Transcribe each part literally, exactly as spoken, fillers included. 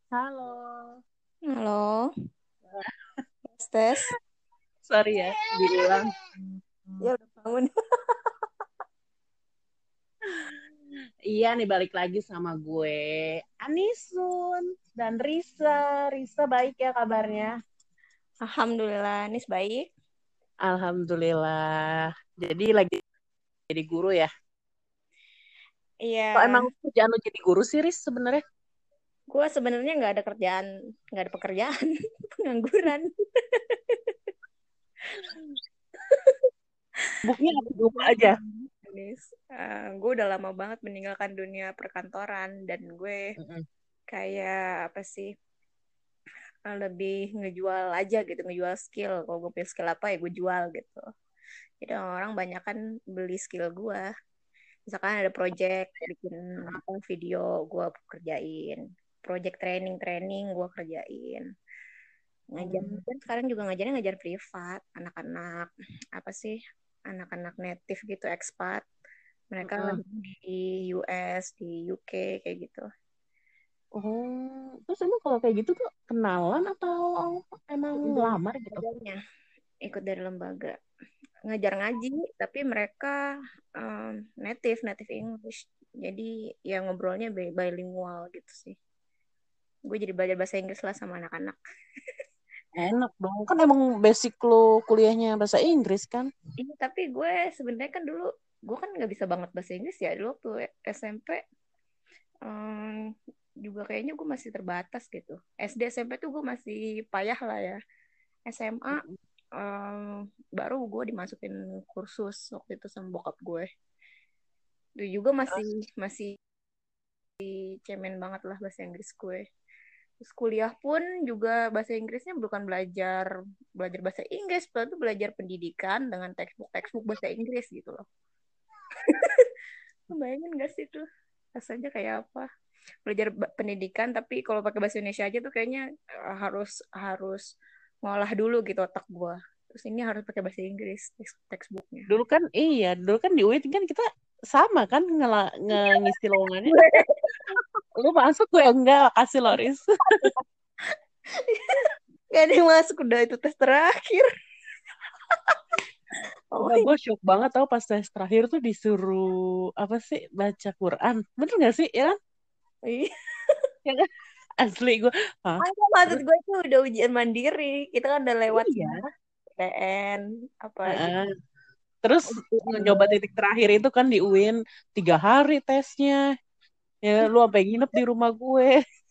Halo. Halo, tes tes. Sorry ya, diulang. Ya udah bangun. Iya nih balik lagi sama gue, Anisun dan Risa. Risa baik ya kabarnya? Alhamdulillah, Nis baik. Alhamdulillah. Jadi lagi jadi guru ya? Kok Iya, emang kerjaan lo jadi guru sih, Riz sebenarnya? gue sebenarnya nggak ada kerjaan, nggak ada pekerjaan, pengangguran. Buknya Jadi apa dulu gue aja? Nis, eh, gue udah lama banget meninggalkan dunia perkantoran dan gue Mm-mm. kayak apa sih, eh, lebih ngejual aja gitu, ngejual skill. Kalau gue punya skill apa ya gue jual gitu. Jadi orang banyak kan beli skill gue. Misalkan ada project bikin apa video gue kerjain, project training training gue kerjain, ngajar Hmm. kan sekarang juga ngajarnya ngajar privat anak-anak apa sih, anak-anak native gitu, expat, mereka Mm-mm. lagi di U S di U K kayak gitu. Oh, terus emang kalau kayak gitu tuh kenalan atau emang Ikut dari lamar gitu? lembaganya, ikut dari lembaga ngajar ngaji, tapi mereka um, native native English, jadi ya ngobrolnya bi- bilingual gitu sih. Gue jadi belajar bahasa Inggris lah sama anak-anak. Enak dong, kan emang basic lo kuliahnya bahasa Inggris kan? Ini tapi gue sebenarnya kan dulu gue kan nggak bisa banget bahasa Inggris ya dulu waktu S M P, em, juga kayaknya gue masih terbatas gitu. S D S M P tuh gue masih payah lah ya. S M A em, baru gue dimasukin kursus waktu itu sama bokap gue. Itu juga masih Terus masih cemen banget lah bahasa Inggris gue. Terus kuliah pun juga bahasa Inggrisnya bukan belajar belajar bahasa Inggris, tapi belajar pendidikan dengan textbook-textbook bahasa Inggris gitu loh. Bayangin gak sih tuh rasanya kayak apa? Belajar ba- pendidikan tapi kalau pakai bahasa Indonesia aja tuh kayaknya eh, harus harus ngolah dulu gitu otak gua. Terus ini harus pakai bahasa Inggris teks- textbooknya. dulu kan iya, dulu kan di U I N kan kita sama kan ngela- nge- ngisi lowongannya. Lu masuk gue enggak, kasih Loris. Gak ada yang masuk, udah itu tes terakhir. Oh Sumpah gue shock banget tau pas tes terakhir tuh disuruh apa sih baca Quran. Bener gak sih? Ya kan? iya. Ya kan? Asli gue. Hah? Masa maksud Terus gue itu udah ujian mandiri. Kita kan udah lewat iya. P N apa Heeh. gitu. Terus nyoba Ujian. titik terakhir itu kan di U I N tiga hari tesnya. Ya lu sampai nginep di rumah gue.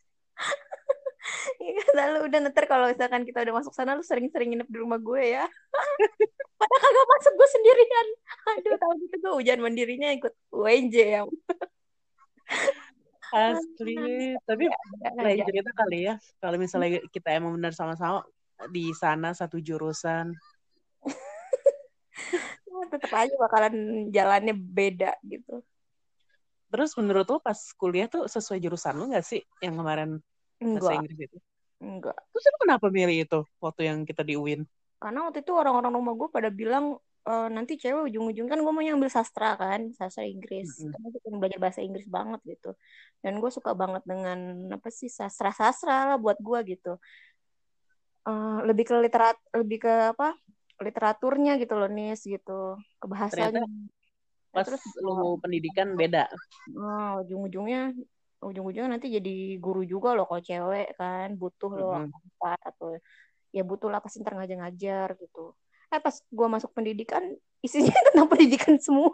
Iya, lalu udah ntar kalau misalkan kita udah masuk sana lu sering-sering nginep di rumah gue ya. Padahal kagak masuk gue sendirian. Aduh, tahu gitu gue ujian mandirinya ikut U N J ya. Asli. Tapi Ya, ya, lain aja. cerita kali ya. Kalau misalnya kita emang benar sama-sama di sana satu jurusan. Tetap aja bakalan jalannya beda gitu. Terus menurut lo pas kuliah tuh sesuai jurusan lo nggak sih yang kemarin bahasa Enggak, Inggris itu? enggak. Terus lo kenapa milih itu waktu yang kita di U I N? Karena waktu itu orang-orang rumah gue pada bilang, e, nanti cewek ujung-ujung kan gue mau ambil sastra kan, sastra Inggris. Mm-mm. Karena gue pengen belajar bahasa Inggris banget gitu. Dan gue suka banget dengan apa sih, sastra-sastra lah buat gue gitu. Eh, lebih ke literat, lebih ke apa? Literaturnya gitu loh, Nis gitu, ke Ternyata bahasanya. Ya, pas terus lo oh, pendidikan beda. oh, ujung-ujungnya ujung-ujungnya nanti jadi guru juga loh kalau cewek kan butuh loh Mm-mm. angkat atau ya butuh lah pasti ntar ngajar-ngajar gitu. Eh pas gua masuk pendidikan isinya tentang pendidikan semua.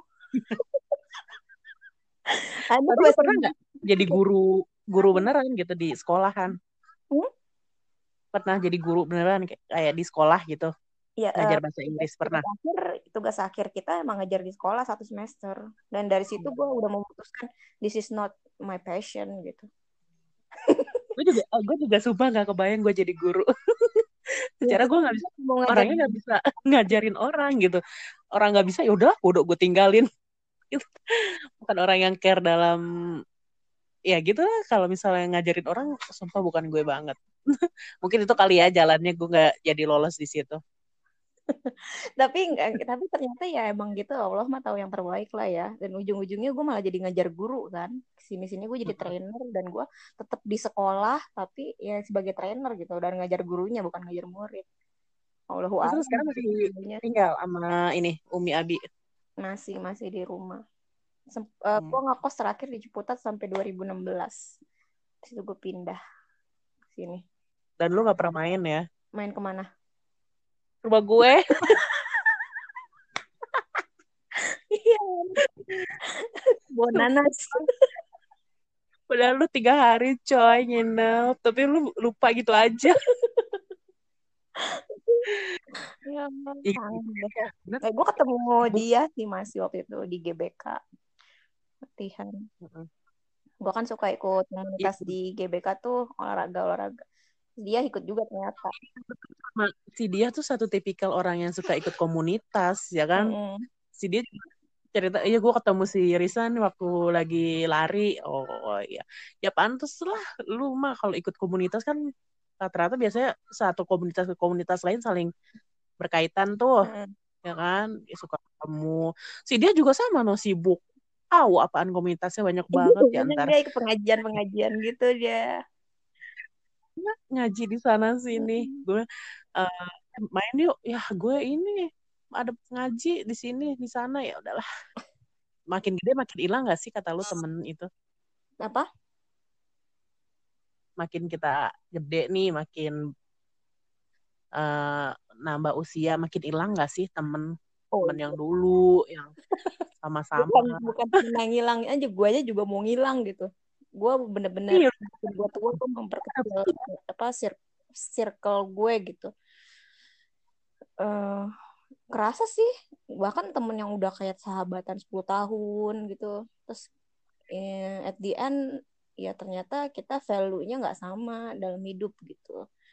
Ada Tapi lo bahasa pernah nggak Inggris. jadi guru guru beneran gitu di sekolahan? Hmm? Pernah jadi guru beneran kayak kayak di sekolah gitu Ya, eh, ngajar bahasa tugas, Inggris pernah? tugas akhir tugas akhir kita emang ngajar di sekolah satu semester, dan dari situ gue udah memutuskan this is not my passion gitu. Gue juga gue juga sumpah nggak kebayang gue jadi guru. Ya Secara gue kita nggak bisa mau ngajar orangnya di nggak bisa ngajarin orang gitu. Orang nggak bisa ya udah bodoh gue tinggalin. Bukan orang yang care dalam ya gitu lah kalau misalnya ngajarin orang sumpah bukan gue banget. Mungkin itu kali ya jalannya gue nggak jadi lolos di situ. tapi enggak, tapi ternyata ya emang gitu, Allah mah tahu yang terbaik lah ya. Dan ujung-ujungnya gue malah jadi ngajar guru kan, sini sini gue jadi trainer, dan gue tetap di sekolah tapi ya sebagai trainer gitu, dan ngajar gurunya bukan ngajar murid. Allahu Terus lu a'lam sekarang gitu masih sebenarnya. tinggal sama ini Umi Abi. masih masih di rumah. Sem- uh, gue Hmm. ngekos terakhir di Ciputat sampai dua ribu enam belas. Terus itu gue pindah ke sini. Dan lu nggak pernah main ya? Main kemana? Rumah gue. Iya, Bonanas. Padahal lu tiga hari coy nginep, tapi lu lupa gitu aja. Ya, Iya, kangen deh. ya, bener. Eh, gue ketemu Buk- dia sih masih waktu itu di G B K latihan. Mm-mm. Gue kan suka ikut Iya, komunitas di G B K tuh, olahraga olahraga. Dia ikut juga ternyata. sama si dia tuh satu tipikal orang yang suka ikut komunitas, ya kan? Mm-mm. Si dia juga cerita, iya gue ketemu si Risa nih waktu lagi lari. Oh iya, ya pantes lah. Lu mah kalau ikut komunitas kan rata-rata biasanya satu komunitas ke komunitas lain saling berkaitan tuh, Mm-mm. ya kan? Ya, suka ketemu. Si dia juga sama no sibuk. Tahu apaan komunitasnya banyak banget ya Bener, ntar dia ikut pengajian-pengajian gitu dia. ngaji di sana sini. Mm-mm. Gue eh, main yuk, ya gue ini ada ngaji di sini di sana ya udahlah. Makin gede makin hilang gak sih kata lu temen itu? Apa? Makin kita gede nih, makin eh, nambah usia, makin hilang gak sih temen Oh temen yang iya. dulu yang sama-sama. Bukan bukan cuma ngilang aja, gue aja juga mau ngilang gitu. Gue bener-bener Iya, makin gue tua tuh memperkecil apa sir- circle gue gitu. eh Kerasa sih, bahkan temen yang udah kayak sahabatan sepuluh tahun gitu, terus eh, at the end ya ternyata kita value-nya nggak sama dalam hidup gitu.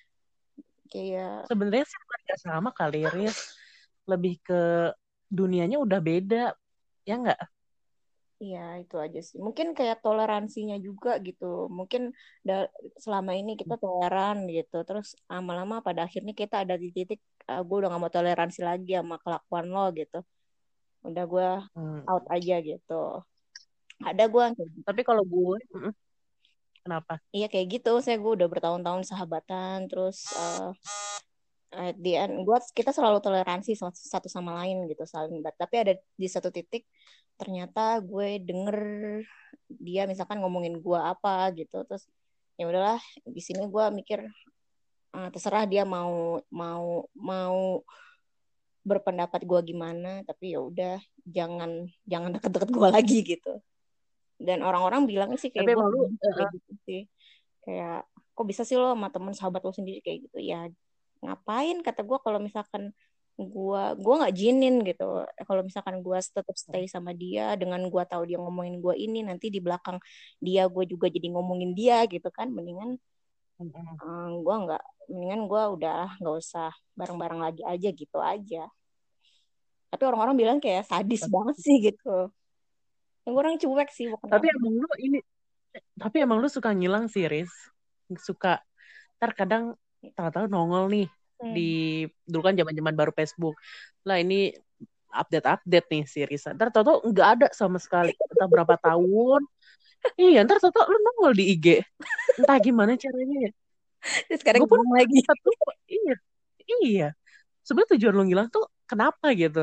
Kayak sebenarnya sih bukan gak sama kali, Riz. Lebih ke dunianya udah beda, ya nggak? ya itu aja sih. Mungkin kayak toleransinya juga gitu. Mungkin da- selama ini kita toleran gitu. Terus lama-lama pada akhirnya kita ada di titik ah, gue udah gak mau toleransi lagi sama kelakuan lo gitu. Udah gue Hmm. out aja gitu. Ada gue yang kayak gitu. Tapi kalau gue, mm-mm, kenapa? Iya kayak gitu. Saya gue udah bertahun-tahun sahabatan. Terus eh at the end gue kita selalu toleransi satu satu sama lain gitu, saling bat. Tapi ada di satu titik ternyata gue denger dia misalkan ngomongin gue apa gitu, terus ya udahlah, di sini gue mikir ah, terserah dia mau mau mau berpendapat gue gimana, tapi ya udah, jangan jangan deket-deket gue lagi gitu. Dan orang-orang bilangnya sih kayak Tapi gue emang lu, kayak eh, gitu sih, kayak kok bisa sih lo sama temen sahabat lo sendiri kayak gitu ya. Ngapain kata gue, kalau misalkan gue gue nggak jinin gitu. Kalau misalkan gue tetap stay sama dia dengan gue tahu dia ngomongin gue ini, nanti di belakang dia gue juga jadi ngomongin dia gitu kan. Mendingan mm-mm. eh, gue nggak mendingan gue udah nggak usah bareng-bareng lagi aja gitu aja. Tapi orang-orang bilang kayak sadis banget sih gitu. Yang orang cuek sih, bukan Tapi orang. emang lu ini, tapi emang lu suka ngilang sih, Riz. Suka, ntar kadang tahu-tahu nongol nih di, Hmm. dulu kan zaman-zaman baru Facebook. Lah ini update-update nih si Risa. Ntar tahu-tahu nggak ada sama sekali. Entah berapa tahun. Iya, ntar tahu-tahu lu nongol di I G. Entah gimana caranya ya. Terus sekarang Gue pun hilang lagi. satu, iya, iya. Sebenarnya tujuan lu ngilang tuh kenapa gitu?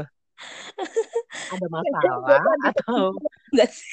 Ada Gue masalah tuh habis atau nggak sih?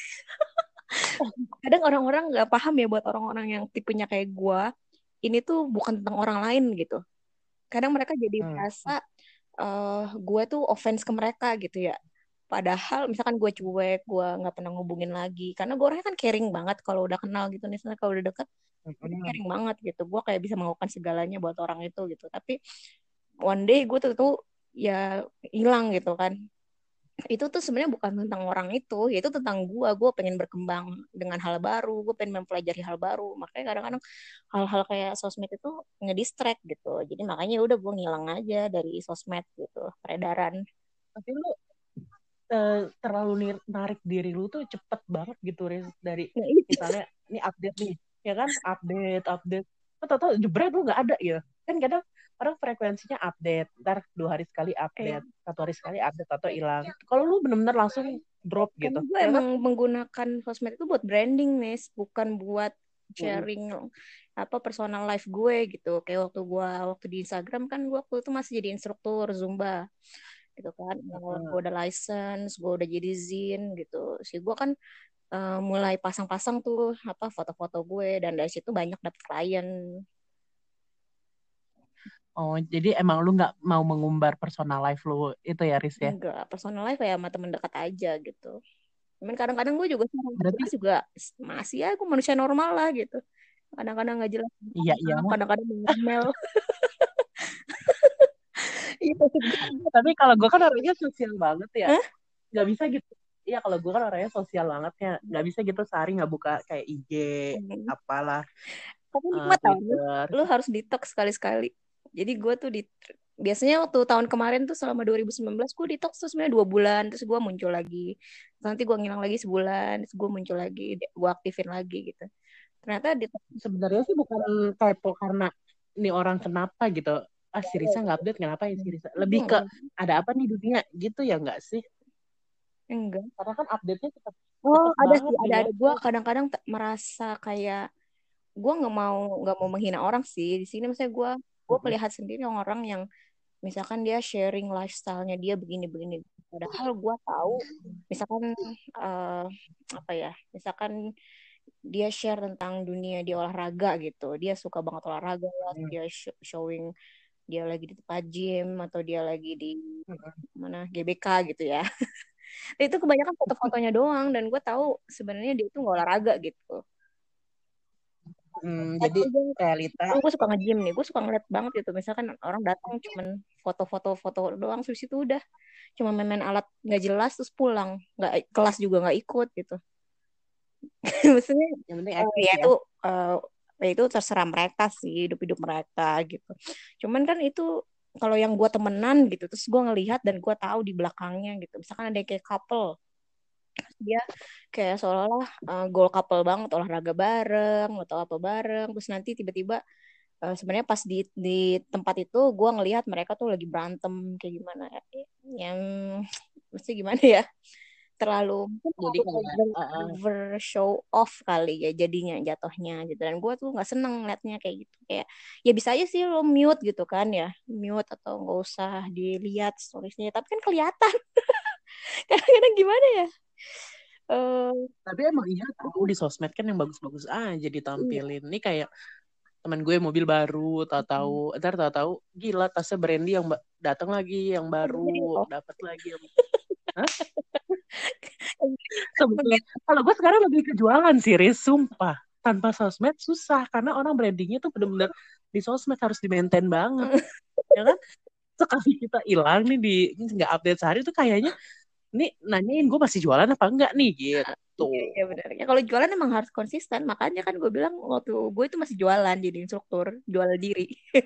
Kadang orang-orang nggak paham ya, buat orang-orang yang tipenya kayak gue, ini tuh bukan tentang orang lain gitu. Kadang mereka jadi hmm. merasa eh gue tuh offense ke mereka gitu ya. Padahal misalkan gue cuek, gue nggak pernah ngubungin lagi. Karena gue orangnya kan caring banget kalau udah kenal gitu. Misalnya kalau udah deket, gue Hmm. caring banget gitu. Gue kayak bisa melakukan segalanya buat orang itu gitu. Tapi one day gue tuh, tuh ya hilang gitu kan. Itu tuh sebenarnya bukan tentang orang itu, ya itu tentang gue gue pengen berkembang dengan hal baru, gue pengen mempelajari hal baru. Makanya kadang-kadang hal-hal kayak sosmed itu ngedistract gitu, jadi makanya ya udah gue ngilang aja dari sosmed gitu, peredaran. Tapi lu eh, terlalu nir- narik diri lu tuh cepet banget gitu, Riz. Dari Nah, itu misalnya ini update nih, ya kan? Update, update. Atau tahu jebret lu nggak ada ya? kan kadang orang frekuensinya update, ntar dua hari sekali update, Eh, satu hari sekali update atau hilang. Kalau lu bener-bener langsung drop karena gitu, gue ya kan? emang menggunakan sosmed itu buat branding nih, bukan buat Mm-mm. sharing apa personal life gue gitu. Kayak waktu gue waktu di Instagram kan gue waktu itu masih jadi instruktur Zumba gitu kan. Gue Mm-mm. udah license, gue udah jadi zin gitu. Si gue kan eh, mulai pasang-pasang tuh apa foto-foto gue dan dari situ banyak dapet klien. Oh, jadi emang lu nggak mau mengumbar personal life lu itu ya, Riz ya? Enggak, personal life ya sama temen dekat aja gitu. Cuman kadang-kadang gue juga sekarang Berarti jelas juga masih ya gue manusia normal lah gitu. Kadang-kadang nggak jelas, iya iya. kadang-kadang ngomel. Itu Tapi kalau gue kan orangnya sosial banget ya, Hah? nggak bisa gitu. Iya kalau gue kan orangnya sosial banget ya, nggak bisa gitu sehari nggak buka kayak I G, Hmm. apalah, Tapi eh, nikmat tau, Twitter. lu harus detox sekali-sekali. Jadi gue tuh di biasanya waktu tahun kemarin tuh selama dua ribu sembilan belas gue detox tuh sebenarnya dua bulan terus gue muncul lagi. Nanti gue ngilang lagi sebulan, terus gue muncul lagi, gue aktifin lagi gitu. Ternyata detox. Sebenarnya sih bukan typo karena ini orang kenapa gitu. Ah si Risa nggak update kenapa ya si Risa? Lebih ke ada apa nih dunia gitu ya nggak sih? Enggak. Karena kan update-nya cepet Oh, cepet ada banget sih, nih ada ya. ada. Gue kadang-kadang t- merasa kayak gue nggak mau nggak mau menghina orang sih di sini. Misalnya gue gue Mm-mm. melihat sendiri orang yang misalkan dia sharing lifestyle-nya dia begini-begini. Padahal gue tahu, misalkan eh, apa ya, misalkan dia share tentang dunia dia olahraga gitu. Dia suka banget olahraga, Mm-mm. dia sh- showing dia lagi di tempat gym atau dia lagi di mana G B K gitu ya. Itu kebanyakan foto-fotonya doang dan gue tahu sebenarnya dia itu nggak olahraga gitu. Mm, jadi Kadang gue realita. gue suka nge-gym nih, gue suka ngeliat banget gitu. Misalkan orang datang cuman foto-foto foto doang, terus itu udah cuma main-main alat nggak jelas terus pulang, nggak kelas juga nggak ikut gitu. Maksudnya Yang penting eh, aktif ya ya. itu eh, ya itu terserah mereka sih hidup-hidup mereka gitu. Cuman kan itu kalau yang gue temenan gitu, terus gue ngelihat dan gue tahu di belakangnya gitu. Misalkan ada yang kayak couple, dia kayak seolah-olah uh, goal couple banget olahraga bareng atau apa bareng terus nanti tiba-tiba uh, sebenarnya pas di di tempat itu gue ngelihat mereka tuh lagi berantem kayak gimana ya yang mesti gimana ya terlalu mungkin Jadi terlalu kayak over, uh, uh, over show off kali ya jadinya jatuhnya gitu dan gue tuh nggak seneng ngeliatnya kayak gitu kayak ya bisa aja sih lo mute gitu kan ya mute atau nggak usah dilihat storiesnya tapi kan kelihatan kadang-kadang gimana ya eh tapi emang iya tahu di sosmed kan yang bagus-bagus aja iya. ditampilin. Ini kayak teman gue mobil baru, tahu-tahu, ntar tahu-tahu gila tasnya Brandy yang ba- datang lagi yang baru, Jadi oh, dapat lagi yang Hah? Sebetulnya kalau gue sekarang lebih kejualan sih, Riz, sumpah. Tanpa sosmed susah karena orang brandingnya tuh bener-bener di sosmed harus di-maintain banget, ya kan? Sekali kita hilang nih di nggak update sehari tuh kayaknya nih nanyain gue masih jualan apa enggak nih gitu. iya, iya benar. Ya kalau jualan emang harus konsisten. Makanya kan gue bilang waktu gue itu masih jualan jadi instruktur, jual diri.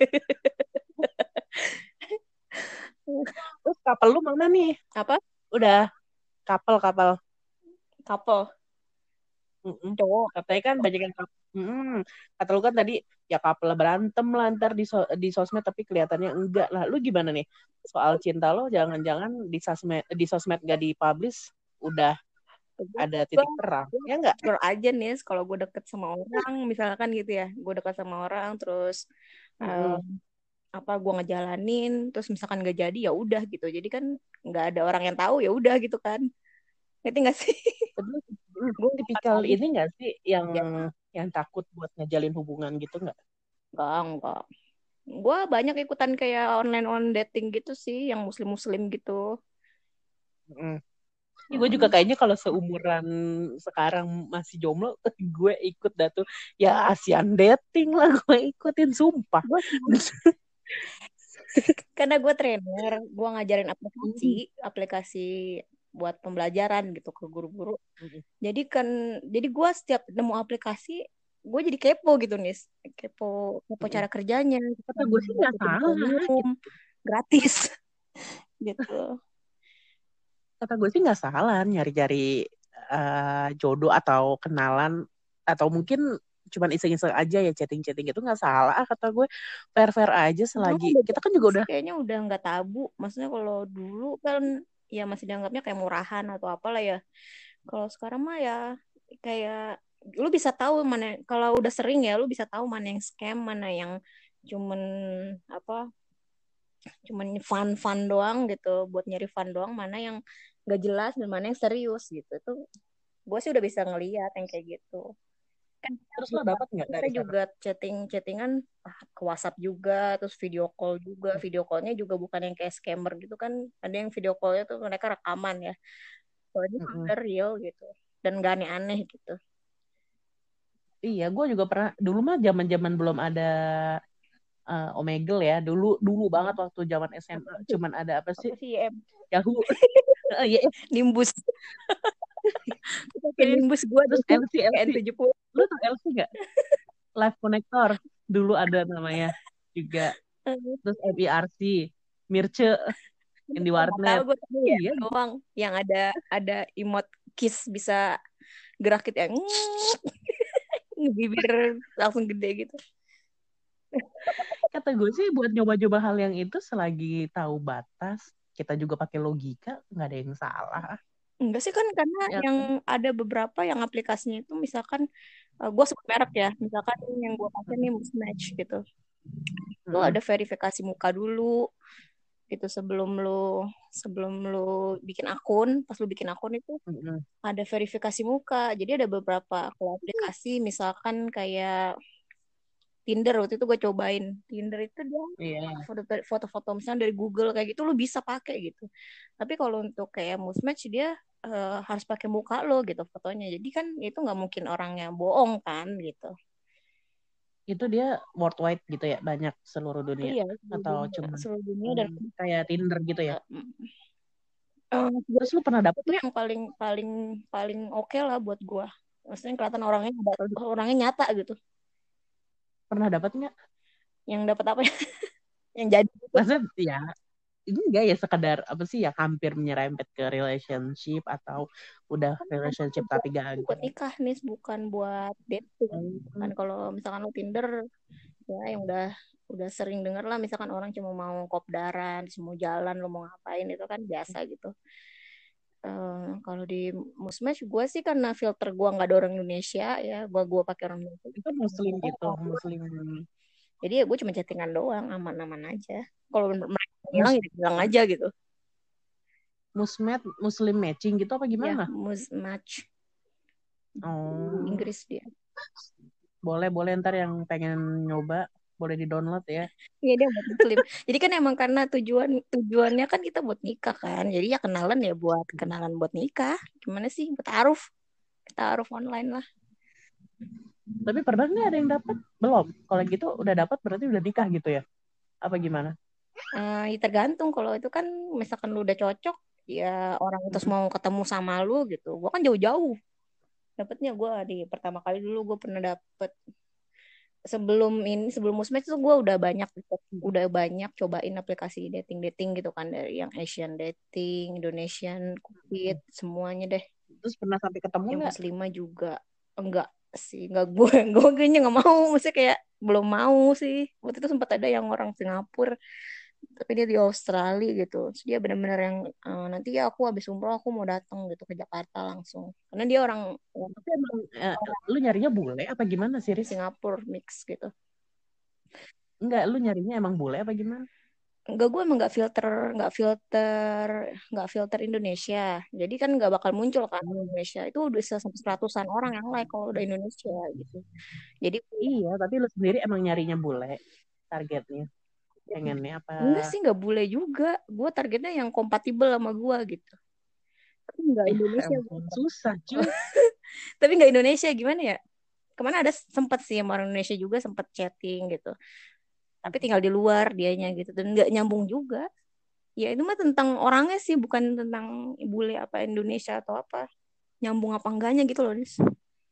Terus kapal lu mana nih? Apa? Udah kapal-kapal. Couple, Mm-mm. cowok. Katanya kan banyak yang kap- Mm-mm. Kata lu kan tadi ya couple berantem lah ntar di, so- di sosmed tapi kelihatannya enggak lah. Lu gimana nih soal cinta lo? Jangan-jangan di sosmed di sosmed gak dipublish udah Gue ada gue titik terang ya enggak? explore aja nih kalau gue deket sama orang misalkan gitu ya gue deket sama orang terus eh, Mm-mm. apa gue ngejalanin terus misalkan gak jadi ya udah gitu jadi kan nggak ada orang yang tahu ya udah gitu kan ngerti nggak sih Tapi lu, lu gue nggak tipikal tahu ini enggak sih yang ya yang takut buat ngejalin hubungan gitu enggak? enggak enggak gue banyak ikutan kayak online online dating gitu sih yang muslim muslim gitu. Mm. Ya, gue juga Mm. kayaknya kalau seumuran sekarang masih jomblo, gue ikut dah tuh. Ya ASEAN dating lah gue ikutin, sumpah. Gue karena gue trainer gue ngajarin aplikasi aplikasi buat pembelajaran gitu ke guru-guru jadi kan jadi gue setiap nemu aplikasi gue jadi kepo gitu nih kepo kepo cara kerjanya Kata gue sih nggak dapetin salah. premium gratis gitu. Kata gue sih nggak salah nyari-nyari eh, jodoh atau kenalan atau mungkin cuman iseng-iseng aja ya chatting-chatting itu nggak salah kata gue, fair-fair aja Sekarang selagi udah kita kan juga sih udah. kayaknya udah nggak tabu. Maksudnya kalau dulu kan ya masih dianggapnya kayak murahan atau apalah ya. Kalau sekarang mah ya kayak lu bisa tahu mana kalau udah sering ya lu bisa tahu mana yang scam, mana yang cuman apa cuman fun-fun doang gitu buat nyari fun doang, mana yang nggak jelas dan mana yang serius gitu. Itu gue sih udah bisa ngeliat yang kayak gitu kan. Terus lo Juga dapat nggak kita dari sana? juga chatting chattingan ke WhatsApp juga, terus video call juga. Video callnya juga bukan yang kayak scammer gitu kan, ada yang video callnya tuh mereka rekaman ya, kalau ini Mm-mm. bener real gitu dan gak aneh-aneh gitu. Iya, gue juga pernah dulu mah zaman-zaman belum ada uh, Omegle ya. Dulu dulu banget waktu zaman S M A Apa sih? cuman ada apa sih? Apa sih em Yahoo. Eh, Iya, iya. Nimbus. Pakai Nimbus gue Terus dulu L C L C. N tujuh puluh. Lu tau L C nggak? Live Connector. Dulu ada namanya juga. Terus M I R C, Mirce yang di Nggak tahu warnet. gue tahu ya Iya, doang yang ada ada emot kiss bisa gerak gitu yang bibir langsung gede gitu. kata gue sih buat nyoba-nyoba hal yang itu selagi tahu batas, kita juga pakai logika, nggak ada yang salah. Enggak sih kan karena Ya, yang ada beberapa yang aplikasinya itu misalkan uh, gue sebut merek ya, misalkan yang gue pakai nih Match gitu. Itu mm-mm, ada verifikasi muka dulu gitu sebelum lu sebelum lu bikin akun, pas lu bikin akun itu mm-mm. ada verifikasi muka. Jadi ada beberapa kalau aplikasi misalkan kayak Tinder waktu itu gue cobain. Tinder itu dia Iya, foto- foto-foto misalnya dari Google kayak gitu lu bisa pakai gitu. Tapi kalau untuk kayak Musmatch dia eh, harus pakai muka lo gitu fotonya. Jadi kan itu nggak mungkin orangnya bohong kan gitu. itu dia worldwide gitu ya, banyak seluruh dunia Iya, seluruh atau dunia, cuma seluruh dunia dan hmm, kayak Tinder gitu ya. eh, eh, Terus lu pernah dapet itu nggak? yang paling paling paling oke lah buat gua. Maksudnya kelihatan orangnya orangnya nyata gitu. Pernah dapet nggak? Yang dapat apa ya? Yang jadi gitu. Maksudnya ya ini enggak ya sekedar apa sih ya hampir menyerempet ke relationship atau udah Kan emang relationship buat, tapi buat gagal. nikah nih, bukan buat dating. Kan Hmm, kalau misalkan lo Tinder ya yang udah udah sering denger lah misalkan orang cuma mau kopdaran, mau jalan, lo mau ngapain itu kan biasa gitu. Eh, kalau di Musmatch gue sih karena filter gue nggak ada orang Indonesia ya, gue gua pakai orang Indonesia. itu muslim gitu, muslim. Jadi ya gue cuma chattingan doang, aman-aman aja. Kalau mereka bilang Mus ya bilang aja gitu. musmed muslim matching gitu apa Ya, gimana? Musmatch Oh, Inggris dia. boleh boleh ntar yang pengen nyoba boleh di download ya. Iya dia buat muslim. Jadi kan emang karena tujuan tujuannya kan kita buat nikah kan. Jadi ya kenalan ya buat kenalan buat nikah. Gimana sih? Buat taaruf. Taaruf online lah. Tapi pernah nggak ada yang dapat? Belum. Kalau gitu udah dapat berarti udah nikah gitu ya? Apa gimana? Eh, ya tergantung kalau itu kan misalkan lu udah cocok ya orang itu Mm-mm. mau ketemu sama lu gitu. Gua kan jauh-jauh. Dapatnya gue di pertama kali dulu gue pernah dapet sebelum ini sebelum Musmatch tuh gue udah banyak udah banyak cobain aplikasi dating dating gitu kan dari yang Asian dating, Indonesian, Cupid, semuanya deh. Terus pernah sampai ketemu Yang nggak? Muslima juga enggak sih, enggak gue gue kayaknya nggak mau, maksudnya kayak belum mau sih. Waktu itu sempat ada yang orang Singapura tapi dia di Australia gitu. Terus dia benar-benar yang eh, nanti ya aku habis umroh aku mau datang gitu ke Jakarta langsung karena dia orang Tapi emang eh, lu nyarinya bule apa gimana sih, Riz? Singapura mix gitu. Enggak, lu nyarinya emang bule apa gimana? Enggak, gue emang nggak filter nggak filter nggak filter Indonesia, jadi kan nggak bakal muncul kan Hmm. Indonesia itu udah bisa sampai seratusan orang yang like kalau udah Indonesia gitu. Jadi Iya, tapi lu sendiri emang nyarinya bule targetnya. Pengennya apa? enggak sih, nggak bule juga, gue targetnya yang kompatibel sama gue gitu, tapi nggak Ya, Indonesia. ampun, susah cuy. Tapi nggak Indonesia gimana ya, kemana ada sempat sih sama orang Indonesia juga sempat chatting gitu, tapi tinggal di luar dianya gitu dan nggak nyambung juga. Ya itu mah tentang orangnya sih, bukan tentang bule apa Indonesia atau apa, nyambung apa enggaknya gitu loh Nis.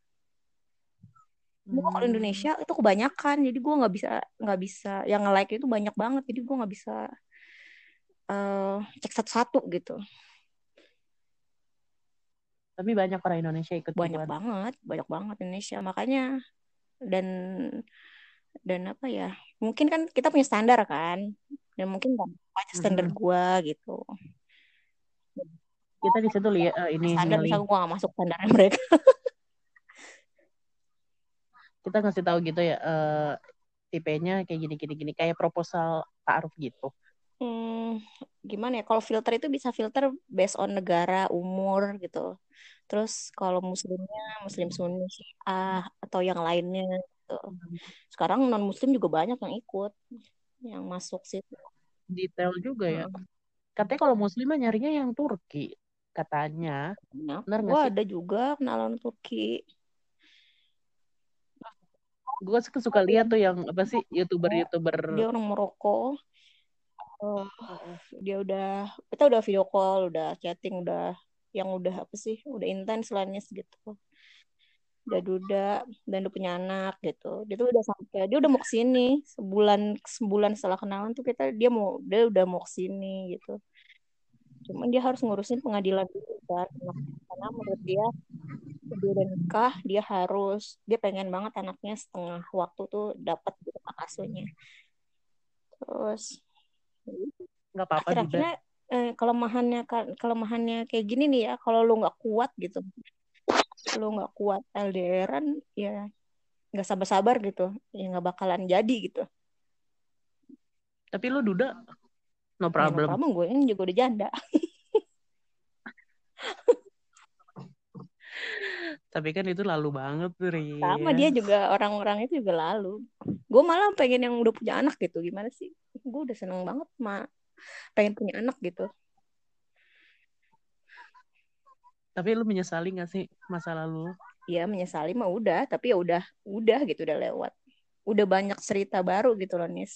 Gue kalau Hmm. Indonesia itu kebanyakan jadi gue nggak bisa nggak bisa yang nge like itu banyak banget jadi gue nggak bisa eh, cek satu-satu gitu. Tapi banyak orang Indonesia ikut Banyak gituan. banget banyak banget Indonesia makanya dan dan apa ya, mungkin kan kita punya standar kan, dan mungkin nggak aja standar Mm-mm. gue gitu. Kita di situ lihat uh, Punya ini standar milih. misalnya gue gak masuk standarnya mereka. Kita ngasih tahu gitu ya, uh, tipenya kayak gini gini gini kayak proposal taaruf gitu. Hmm, gimana ya? Kalau filter itu bisa filter based on negara, umur gitu. Terus kalau muslimnya, muslim sunni, syiah atau yang lainnya gitu. Sekarang non muslim juga banyak yang ikut, yang masuk situ. Detail juga ya. Heeh. Katanya kalau muslim mah nyarinya yang Turki katanya. Banyak. Benar Gue nggak sih? ada juga kenalan Turki. Gue suka Ada lihat yang tuh yang apa sih Maroko, youtuber-youtuber. dia orang Maroko. Eh, Mm-mm. dia udah, kita udah video call, udah chatting, udah yang udah apa sih, udah intens lah gitu. Udah duda dan udah punya anak gitu. Dia tuh udah sampai, dia udah mau kesini sebulan sebulan setelah kenalan tuh kita, dia mau dia udah mau kesini gitu. Cuman dia harus ngurusin pengadilan dulu kan, karena menurut dia dia udah nikah, dia harus, dia pengen banget anaknya setengah waktu tuh dapat gitu hak asuhnya. Terus Nggak apa-apa juga. akhir-akhirnya eh, kelemahannya kan, kelemahannya kayak gini nih ya, kalau lu nggak kuat gitu, lu nggak kuat L D R-an ya, nggak sabar-sabar gitu, ya nggak bakalan jadi gitu. Tapi lu duda no Ya no problem. problem, gue ini juga udah janda. Tapi kan itu lalu banget tuh, Sama dia Riz. juga, orang-orang itu juga lalu. Gue malah pengen yang udah punya anak gitu. Gimana sih? Gue udah seneng banget ma pengen punya anak gitu. Tapi lu menyesali gak sih masa lalu? Ya menyesali mah udah, tapi ya udah, udah gitu, udah lewat. Udah banyak cerita baru gitu loh, Nis.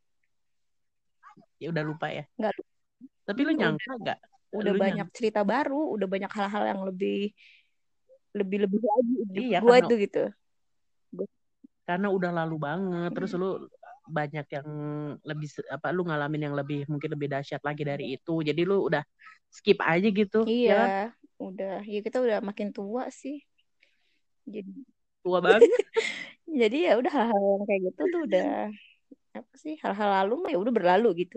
Ya udah lupa ya. Nggak, Tapi lu hmm, udah, nyangka gak? udah Lu banyak nyangka? cerita baru, udah banyak hal-hal yang lebih lebih lebih lagi hidup Iya, gue karena tuh gitu. Gua, karena udah lalu banget. Terus hmm, lu banyak yang lebih apa lu ngalamin yang lebih mungkin lebih dahsyat lagi dari itu. Jadi lu udah skip aja gitu, iya, ya kan? udah. Ya kita udah makin tua sih. Jadi Tua banget. jadi ya udah, hal-hal yang kayak gitu tuh udah apa sih, hal-hal lalu mah ya udah berlalu gitu.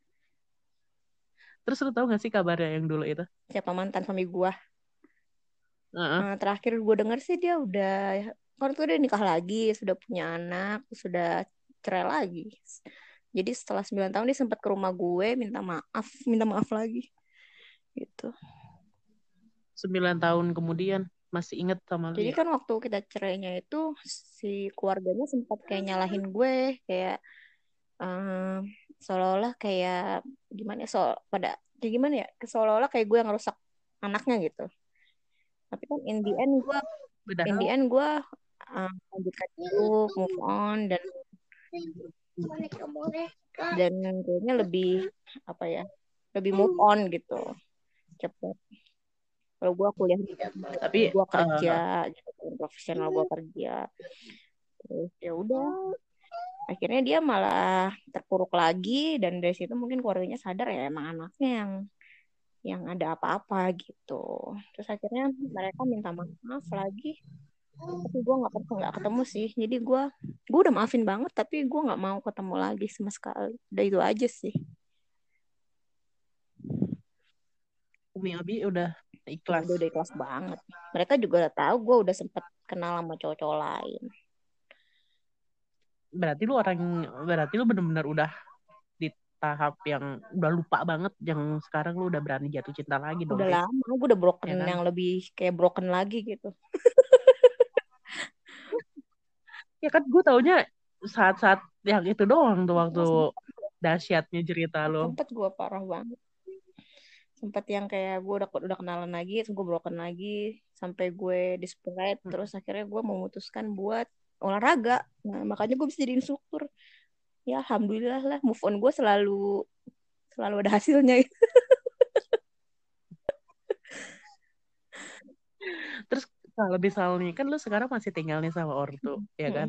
Terus lu tahu gak sih kabarnya yang dulu itu? Siapa mantan suami gua? Heeh. Eh, terakhir gue denger sih dia udah, kan tuh dia nikah lagi, sudah punya anak, sudah cerai lagi. Jadi setelah sembilan tahun dia sempat ke rumah gue minta maaf, minta maaf lagi gitu. Sembilan tahun kemudian masih inget sama lu Jadi ya? kan waktu kita cerainya itu si keluarganya sempat kayak nyalahin gue, kayak eh, seolah-olah kayak gimana ya, so pada kayak gimana ya, seolah-olah kayak gue yang rusak anaknya gitu. Tapi kan in the end gue in the Padahal end gue uh, lanjutkan hidup, move on, dan dan kayaknya lebih apa ya, lebih move on gitu cepet. Kalau gue kuliah, tapi gue kerja uh, gitu, profesional gue kerja, terus ya udah akhirnya dia malah terpuruk lagi, dan dari situ mungkin keluarganya sadar ya emang anaknya yang yang ada apa-apa gitu. Terus akhirnya mereka minta maaf lagi, tapi gue nggak pernah nggak ketemu sih. Jadi gue gue udah maafin banget, tapi gue nggak mau ketemu lagi sama sekali. Udah itu aja sih. Umi Abi udah Ya ikhlas. udah udah ikhlas banget. Mereka juga udah tahu gue udah sempet kenal sama cowok-cowok lain. Berarti lu orang berarti lu bener-bener udah di tahap yang udah lupa banget, yang sekarang lu udah berani jatuh cinta lagi dong, Udah Riz. lama, gue udah broken Ya kan? yang lebih kayak broken lagi gitu. Ya kan gue taunya saat-saat yang itu doang tuh waktu Terus dahsyatnya cerita lo. sempet gue parah banget. Sempet yang kayak gue udah udah kenalan lagi, terus gue broken lagi, sampai gue desperate, terus akhirnya gue memutuskan buat olahraga. Nah, makanya gue bisa jadi instruktur. Ya alhamdulillah lah, move on gue selalu selalu ada hasilnya. Terus kalau misalnya kan lu sekarang masih tinggal nih sama ortu, ya kan?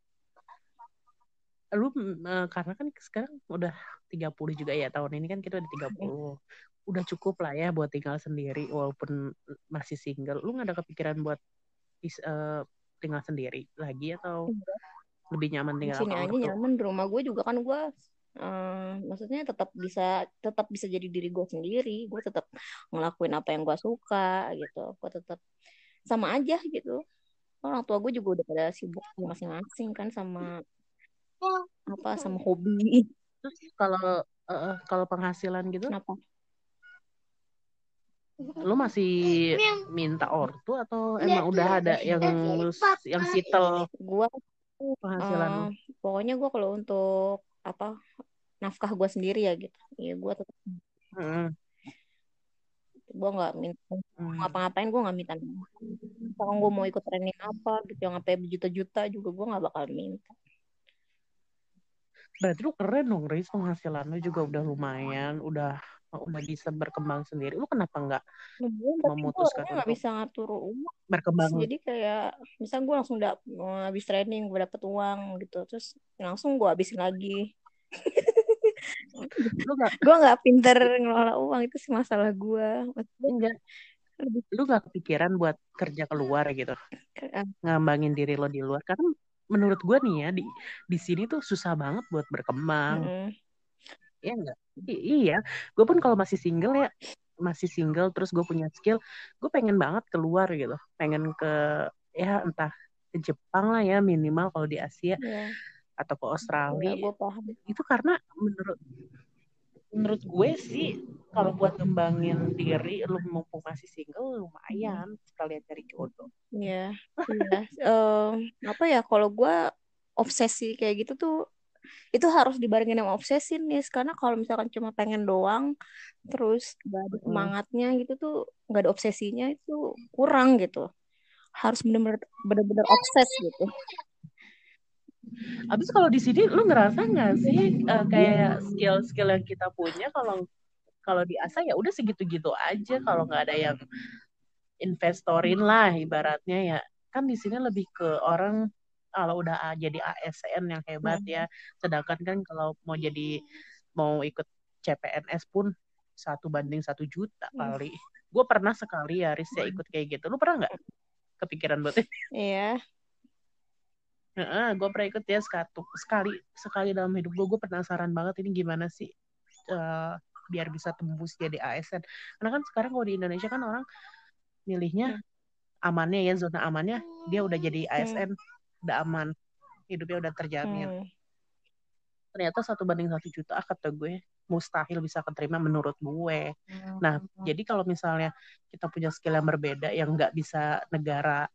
Lu eh, karena kan sekarang udah tiga puluh juga ya, tahun ini kan kita udah tiga puluh. Udah cukup lah ya buat tinggal sendiri walaupun masih single. Lu nggak ada kepikiran buat is, eh, tinggal sendiri lagi atau lebih nyaman Di tinggal sini sama aja ortu? nyaman, di rumah gue juga kan gue eh, maksudnya tetap bisa tetap bisa jadi diri gue sendiri, gue tetap ngelakuin apa yang gue suka gitu, gue tetap sama aja gitu. Orang tua gue juga udah pada sibuk masing-masing kan sama apa sama hobi. Terus kalau eh, kalau penghasilan gitu, Kenapa? lu masih minta ortu atau emang udah ada yang yang sitel Gue penghasilan eh, lu? pokoknya gue kalau untuk apa nafkah gue sendiri ya gitu, ya gue tetap Hmm. gue nggak minta Hmm. ngapa-ngapain, gue nggak minta. Kalau gue mau ikut training apa gitu yang sampai berjuta-juta juga gue nggak bakal minta. Berarti lu keren dong, Riz. Penghasilan lu juga udah lumayan, udah udah bisa berkembang sendiri. Lu kenapa nggak Lumayan, tapi gue memutuskan orangnya nggak untuk bisa ngatur uang. berkembang? Jadi kayak misal gue langsung dap habis training gue dapet uang gitu, terus langsung gue habisin lagi. Lu nggak Gue nggak pinter ngelola uang, itu sih masalah gue. Maksudnya enggak, lebih lu nggak kepikiran buat kerja keluar gitu, ngembangin diri lo di luar? Karena menurut gue nih ya, di di sini tuh susah banget buat berkembang. mm-mm. Iya enggak? I- iya, gue pun kalau masih single ya, masih single terus gue punya skill, gue pengen banget keluar gitu, pengen ke ya entah ke Jepang lah ya minimal kalau di Asia Ya, atau ke ya Australia. gue paham. Itu karena menurut menurut gue sih kalau buat ngembangin diri, lu mumpung masih single Mm. lumayan sekalian cari jodoh. Ya, iya. Em, apa ya? Kalau gue obsesi kayak gitu tuh itu harus dibarengin sama obsesi nih, karena kalau misalkan cuma pengen doang terus gak ada Mm. semangatnya gitu tuh, gak ada obsesinya, itu kurang gitu. Harus bener-bener bener-bener obses gitu. Abis kalau di sini lu ngerasa nggak sih eh, kayak skill-skill yang kita punya kalau kalau di Asa ya udah segitu-gitu aja, kalau nggak ada yang investorin lah ibaratnya ya. Kan di sini lebih ke orang kalau udah jadi A S N yang hebat Hmm. ya, sedangkan kan kalau mau jadi mau ikut C P N S pun satu banding satu juta Hmm. kali. Gue pernah sekali ya Riz ya ikut kayak gitu. Lu pernah nggak kepikiran buat itu? Iya. Heeh, gue pernah ikut ya sekatu, sekali sekali dalam hidup gue. Gue penasaran banget ini gimana sih eh, biar bisa tembus jadi A S N. Karena kan sekarang kalau di Indonesia kan orang milihnya Hmm. amannya ya, zona amannya dia udah jadi Hmm. A S N, udah aman, hidupnya udah terjamin. Hmm. Ternyata satu banding satu juta kata gue mustahil bisa keterima menurut gue. Nah, jadi kalau misalnya kita punya skill yang berbeda yang nggak bisa negara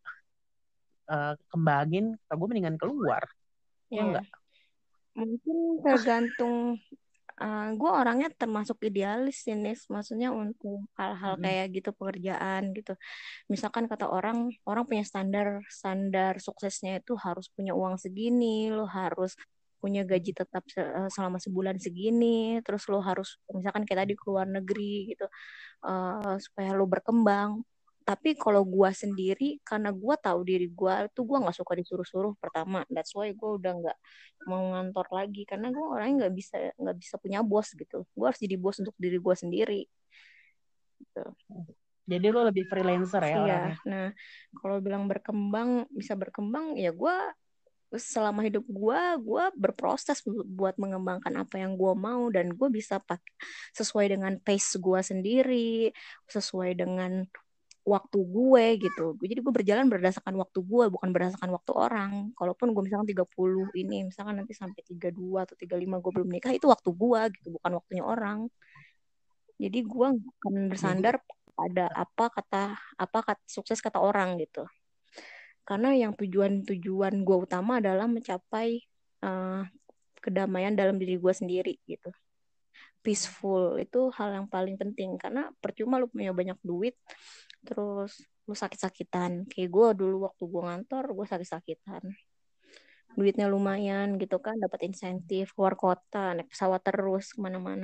uh, kembangin, gue mendingan keluar. Ya Iya. enggak? Mungkin tergantung. Uh, gue orangnya termasuk idealis sih, Nis. Maksudnya untuk hal-hal Mm-mm. kayak gitu, pekerjaan gitu. Misalkan kata orang, orang punya standar standar suksesnya itu harus punya uang segini, lo harus punya gaji tetap se- eh, selama sebulan segini, terus lo harus misalkan kayak tadi ke luar negeri gitu, eh, supaya lo berkembang. Tapi kalau gua sendiri, karena gua tahu diri gua itu, gua nggak suka disuruh-suruh pertama. That's why gua udah nggak mau ngantor lagi, karena gua orangnya nggak bisa nggak bisa punya bos gitu. Gua harus jadi bos untuk diri gua sendiri. Gitu. Jadi lo lebih freelancer ya Iya. orangnya. Nah, kalau bilang berkembang, bisa berkembang, ya gua selama hidup gua, gua berproses buat mengembangkan apa yang gua mau, dan gua bisa pakai sesuai dengan pace gua sendiri, sesuai dengan waktu gue gitu. Jadi gue berjalan berdasarkan waktu gue, bukan berdasarkan waktu orang. Kalaupun gue misalkan tiga puluh ini, misalkan nanti sampai tiga puluh dua atau tiga puluh lima gue belum nikah, itu waktu gue gitu, bukan waktunya orang. Jadi gue nggak akan Jadi bersandar pada apa kata apa kata sukses kata orang gitu. Karena yang tujuan-tujuan gue utama adalah mencapai uh, kedamaian dalam diri gue sendiri gitu. Peaceful itu hal yang paling penting, karena percuma lu punya banyak duit terus lu sakit-sakitan. Kayak gue dulu waktu gue ngantor, gue sakit-sakitan, duitnya lumayan gitu kan, dapat insentif keluar kota, naik pesawat terus kemana-mana,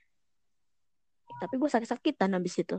tapi gue sakit-sakitan habis itu.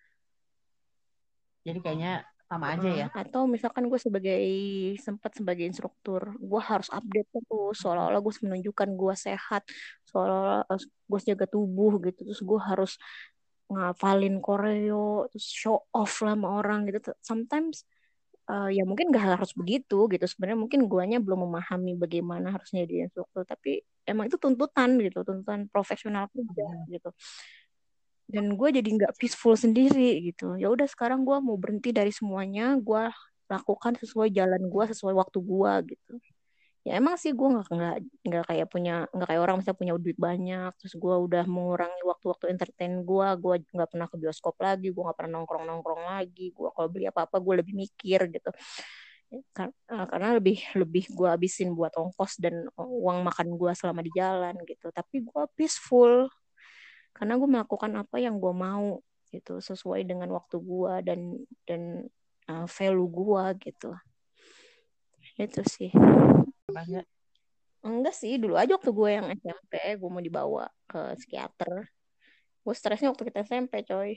jadi kayaknya sama aja Uh, ya. atau misalkan gue sebagai sempat sebagai instruktur, gue harus update terus seolah-olah gue harus menunjukkan gue sehat, seolah-olah uh, gue harus jaga tubuh gitu, terus gue harus ngafalin koreo, terus show off lah sama orang gitu. Sometimes uh, ya mungkin gak harus begitu gitu. Sebenarnya mungkin guanya belum memahami bagaimana harusnya jadi instruktur, tapi emang itu tuntutan gitu, tuntutan profesional kerja Hmm. gitu. Dan gue jadi nggak peaceful sendiri gitu. Ya udah sekarang gue mau berhenti dari semuanya, gue lakukan sesuai jalan gue, sesuai waktu gue gitu. Ya emang sih gue nggak nggak nggak kayak punya nggak kayak orang misalnya punya duit banyak, terus gue udah mengurangi waktu-waktu entertain gue, gue nggak pernah ke bioskop lagi, gue nggak pernah nongkrong-nongkrong lagi, gue kalau beli apa-apa gue lebih mikir gitu. Kar- eh, karena lebih lebih gue habisin buat ongkos dan uang makan gue selama di jalan gitu. Tapi gue peaceful karena gue melakukan apa yang gue mau gitu, sesuai dengan waktu gue dan dan uh, value gue gitu. Itu sih. Banyak. Enggak sih, dulu aja waktu gue yang S M P, gue mau dibawa ke psikiater. Gue stresnya waktu kita S M P, coy.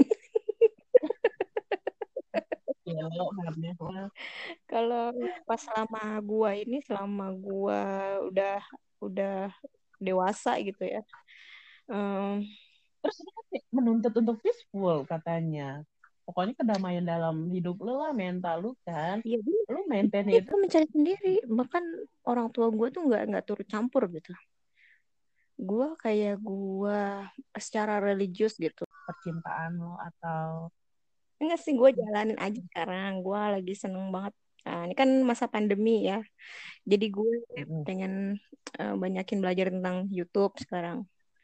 Ya, harusnya lah. Kalau pas selama gue ini, selama gue udah udah dewasa gitu ya. Um, Terus ini kan menuntut untuk peaceful katanya. Pokoknya kedamaian dalam hidup lu lah, mental lu kan. ya dia, Lu maintain dia itu gue mencari sendiri. Bahkan orang tua gue tuh nggak nggak turut campur gitu. Gue kayak gue secara religius gitu. percintaan lo atau Enggak sih, gue jalanin aja sekarang. Gue lagi seneng banget. Nah, ini kan masa pandemi ya. Jadi gue hmm. pengen uh, banyakin belajar tentang YouTube sekarang.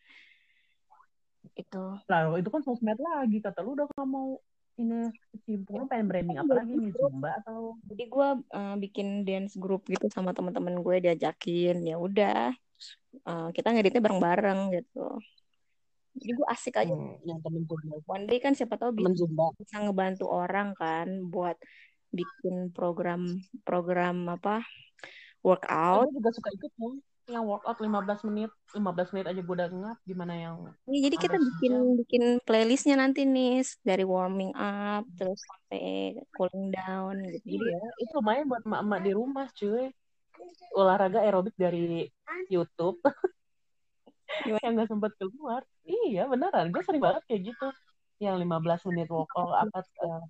Itu. Lalu itu kan sosmed lagi, kata lu udah gak mau ini kecimpung, lu pengen branding apa lagi nih, Zumba atau Jadi gue uh, bikin dance group gitu sama teman-teman gue, diajakin. Ya udah, uh, kita ngeditnya bareng-bareng gitu. Jadi gue asik aja. hmm, yang temen Zumba, One day kan siapa tahu bisa, temen Zumba. bisa ngebantu orang kan buat bikin program program apa Eh, workout. gue juga suka ikut ya, yang workout lima belas menit, lima belas menit aja gue udah ngap, gimana yang Ya, jadi kita sampai bikin sejam. bikin playlistnya nanti nih dari warming up terus sampai cooling down gitu. Jadi Iya, itu lumayan buat emak-emak di rumah cuy, olahraga aerobik dari YouTube. gimana? Yang gak sempet keluar. Iya beneran, gue sering banget kayak gitu, yang lima belas menit workout apa uh,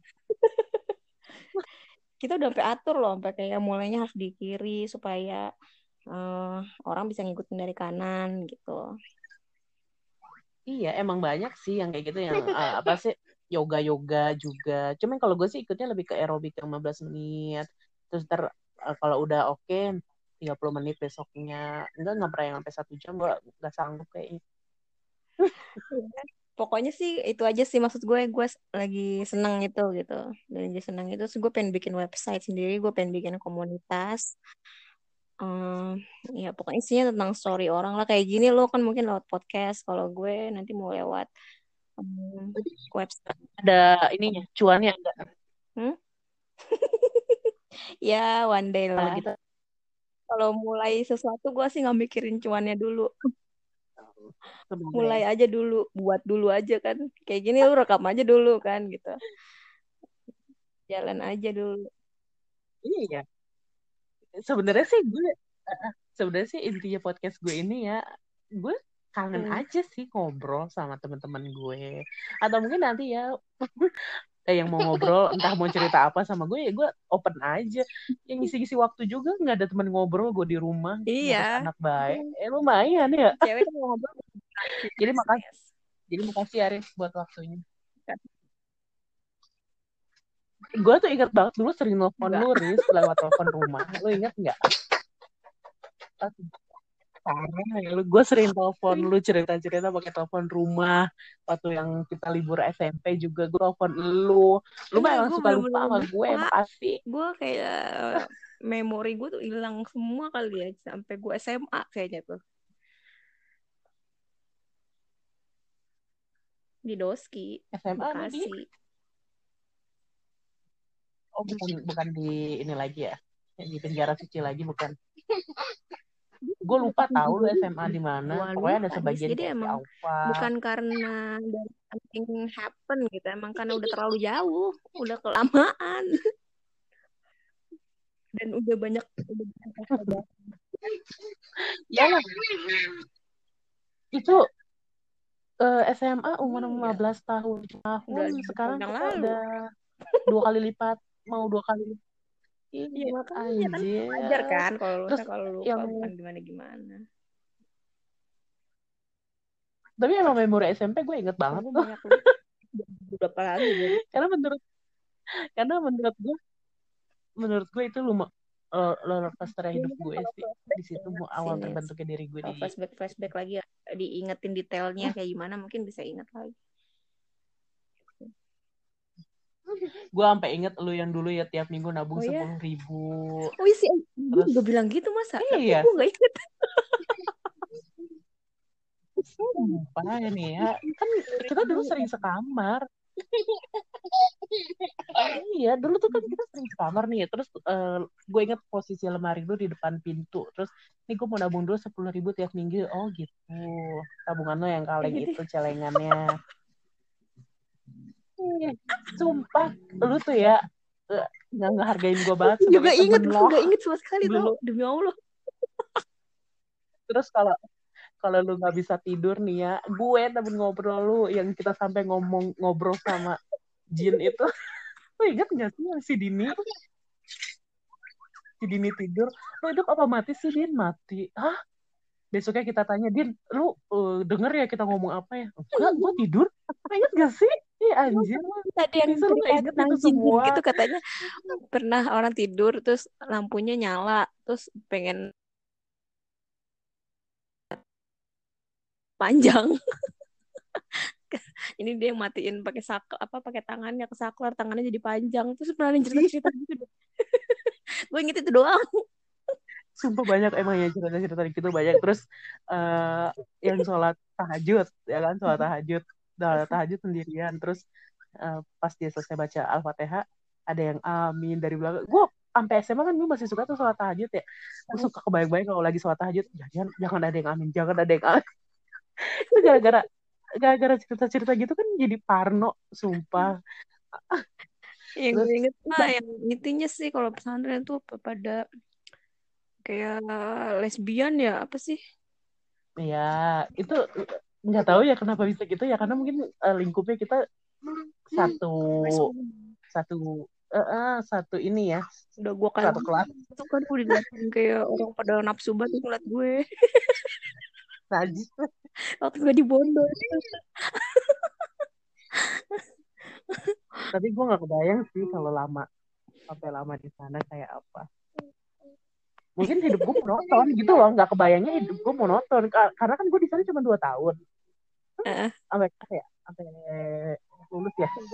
Kita udah sampai atur loh, sampai kayak mulainya harus di kiri supaya eh, orang bisa ngikutin dari kanan gitu. iya emang banyak sih yang kayak gitu, yang uh, apa sih, yoga yoga juga. Cuman kalau gue sih ikutnya lebih ke aerobik yang lima belas menit, terus ter uh, kalau udah oke okay, tiga puluh menit besoknya. Enggak, nggak pernah yang sampai satu jam, gue nggak sanggup kayaknya. Iya. Pokoknya sih itu aja sih maksud gue, gue lagi seneng itu gitu. Lagi seneng itu, terus gue pengen bikin website sendiri, gue pengen bikin komunitas. Hmm, ya pokoknya isinya tentang story orang lah kayak gini lo kan mungkin lewat podcast. Kalau gue nanti mau lewat hmm, website. Ada ininya, cuannya enggak? Hmm? Ya one day Kalau lah. gitu Kalau mulai sesuatu gue sih nggak mikirin cuannya dulu. Mulai sebenarnya. aja dulu, buat dulu aja kan. Kayak gini lu rekam aja dulu kan gitu. Jalan aja dulu. Iya, sebenarnya sih gue uh, sebenarnya sih intinya podcast gue ini ya, gue kangen Hmm. aja sih ngobrol sama teman-teman gue, atau mungkin nanti ya eh, yang mau ngobrol entah mau cerita apa sama gue, ya gue open aja, yang ngisi-ngisi waktu juga, nggak ada teman ngobrol, gue di rumah Iya. ngurus anak baik, eh lumayan ya. Cewek kan ngobrol jadi makasih stres. jadi makasih Aris buat waktunya. Gue tuh ingat banget dulu sering nelfon Enggak. lu, Riz, lewat telepon rumah, lu ingat nggak? Parah ya lu, gue sering telepon lu cerita-cerita pakai telepon rumah. Waktu yang kita libur S M P juga gue telepon lu. Lu mah Enggak, emang gue suka lupa bener-bener sama gue, lupa. makasih. Gue kayak memori gue tuh hilang semua kali ya sampai gue S M A kayaknya tuh di Doski, S M A lu di, Bekasi. oh bukan bukan di ini lagi ya, yang di penjara suci lagi bukan. Gue lupa tahu lu S M A di mana. Gue Pokoknya ada lupa nih. sebagian Jadi kayak si emang Aufa. bukan karena dari something happen gitu, emang karena udah terlalu jauh, udah kelamaan dan udah banyak udah banyak saudara. Ya lah, itu uh, S M A umur lima Iya, belas tahun tahun udah lima tahun sekarang yang kita lalu. udah dua kali lipat, mau dua kali lipat. Ya Iya, makanya kan wajar anjir. kan kalau Terus lupa kalau lupa yang bukan gimana-gimana. tapi emang memori S M P gue inget Oh, banget gue tuh. banyak lupa. Berapa lagi gue? Karena menurut karena menurut gue menurut gue itu lumah uh, roller coaster Ya, hidup mungkin gue kalau sih. flashback Di situ ingat mu- sih awal nih. terbentuknya diri gue Kalau di flashback flashback lagi ya, diingetin detailnya kayak gimana mungkin bisa ingat lagi. gue sampai inget lu yang dulu ya tiap minggu nabung Oh ya, sepuluh ribu. oh iya sih, gue Terus juga bilang gitu masa, tapi iya, gue nggak inget. sumpah ya nih ya. Kan kita dulu sering sekamar. Iya, dulu tuh kan kita sering sekamar nih. Terus uh, gue inget posisi lemari lu di depan pintu. Terus nih gue mau nabung dulu sepuluh ribu tiap minggu. Oh gitu. Tabungan lo yang Kayak kaleng gitu. itu celengannya. Iya, sumpah lu tuh ya eh, nggak ngehargain gue banget Juga sebagai inget, temen gue lo nggak inget sama sekali tau, dulu. demi Allah. Terus kalau kalau lu nggak bisa tidur nih ya, gue temen ngobrol lu yang kita sampai ngomong ngobrol sama Jin itu. Lu inget nggak sih si Dini? Si Dini tidur. Lu hidup apa mati sih Din? Mati. Hah? Besoknya kita tanya, Din, lu uh, denger ya kita ngomong apa ya? Enggak, gue tidur. Lu inget gak sih? Iya anjir. Tadi yang Bisa lu cerita gak inget tentang itu jin-jin semua? gitu katanya pernah orang tidur terus lampunya nyala terus pengen panjang. Ini dia yang matiin pakai sak apa pakai tangannya ke saklar, tangannya jadi panjang terus pernah ada cerita-cerita gitu deh. Gue inget itu doang. Sumpah banyak emang ya cerita-cerita gitu banyak. Terus uh, yang sholat tahajud, ya kan? Sholat tahajud. Sholat tahajud sendirian. Terus uh, pas dia selesai baca Al-Fatihah, ada yang amin dari belakang. Gue sampai S M A kan gue masih suka tuh sholat tahajud ya. Gue suka kebayang-bayang kalau lagi sholat tahajud, jangan, jangan ada yang amin, jangan ada yang amin. Itu gara-gara gara-gara cerita-cerita gitu kan jadi parno, sumpah. Yang gue Terus inget mah yang intinya sih kalau pesantren tuh pada kayak lesbian ya apa sih? ya itu nggak tahu ya kenapa bisa gitu ya karena mungkin uh, lingkupnya kita satu satu eh, eh, satu ini ya Udah gue kayak satu kelas itu kan gue diliatin kayak orang pada nafsu banget ngeliat gue najis. waktu gue di Bondo. Tapi gue nggak kebayang sih kalau lama sampai lama di sana kayak apa. Mungkin hidup gue monoton gitu loh, nggak kebayangnya hidup gue monoton karena kan gue di sana cuma dua tahun Uh, sampai apa ya sampai lulus ya.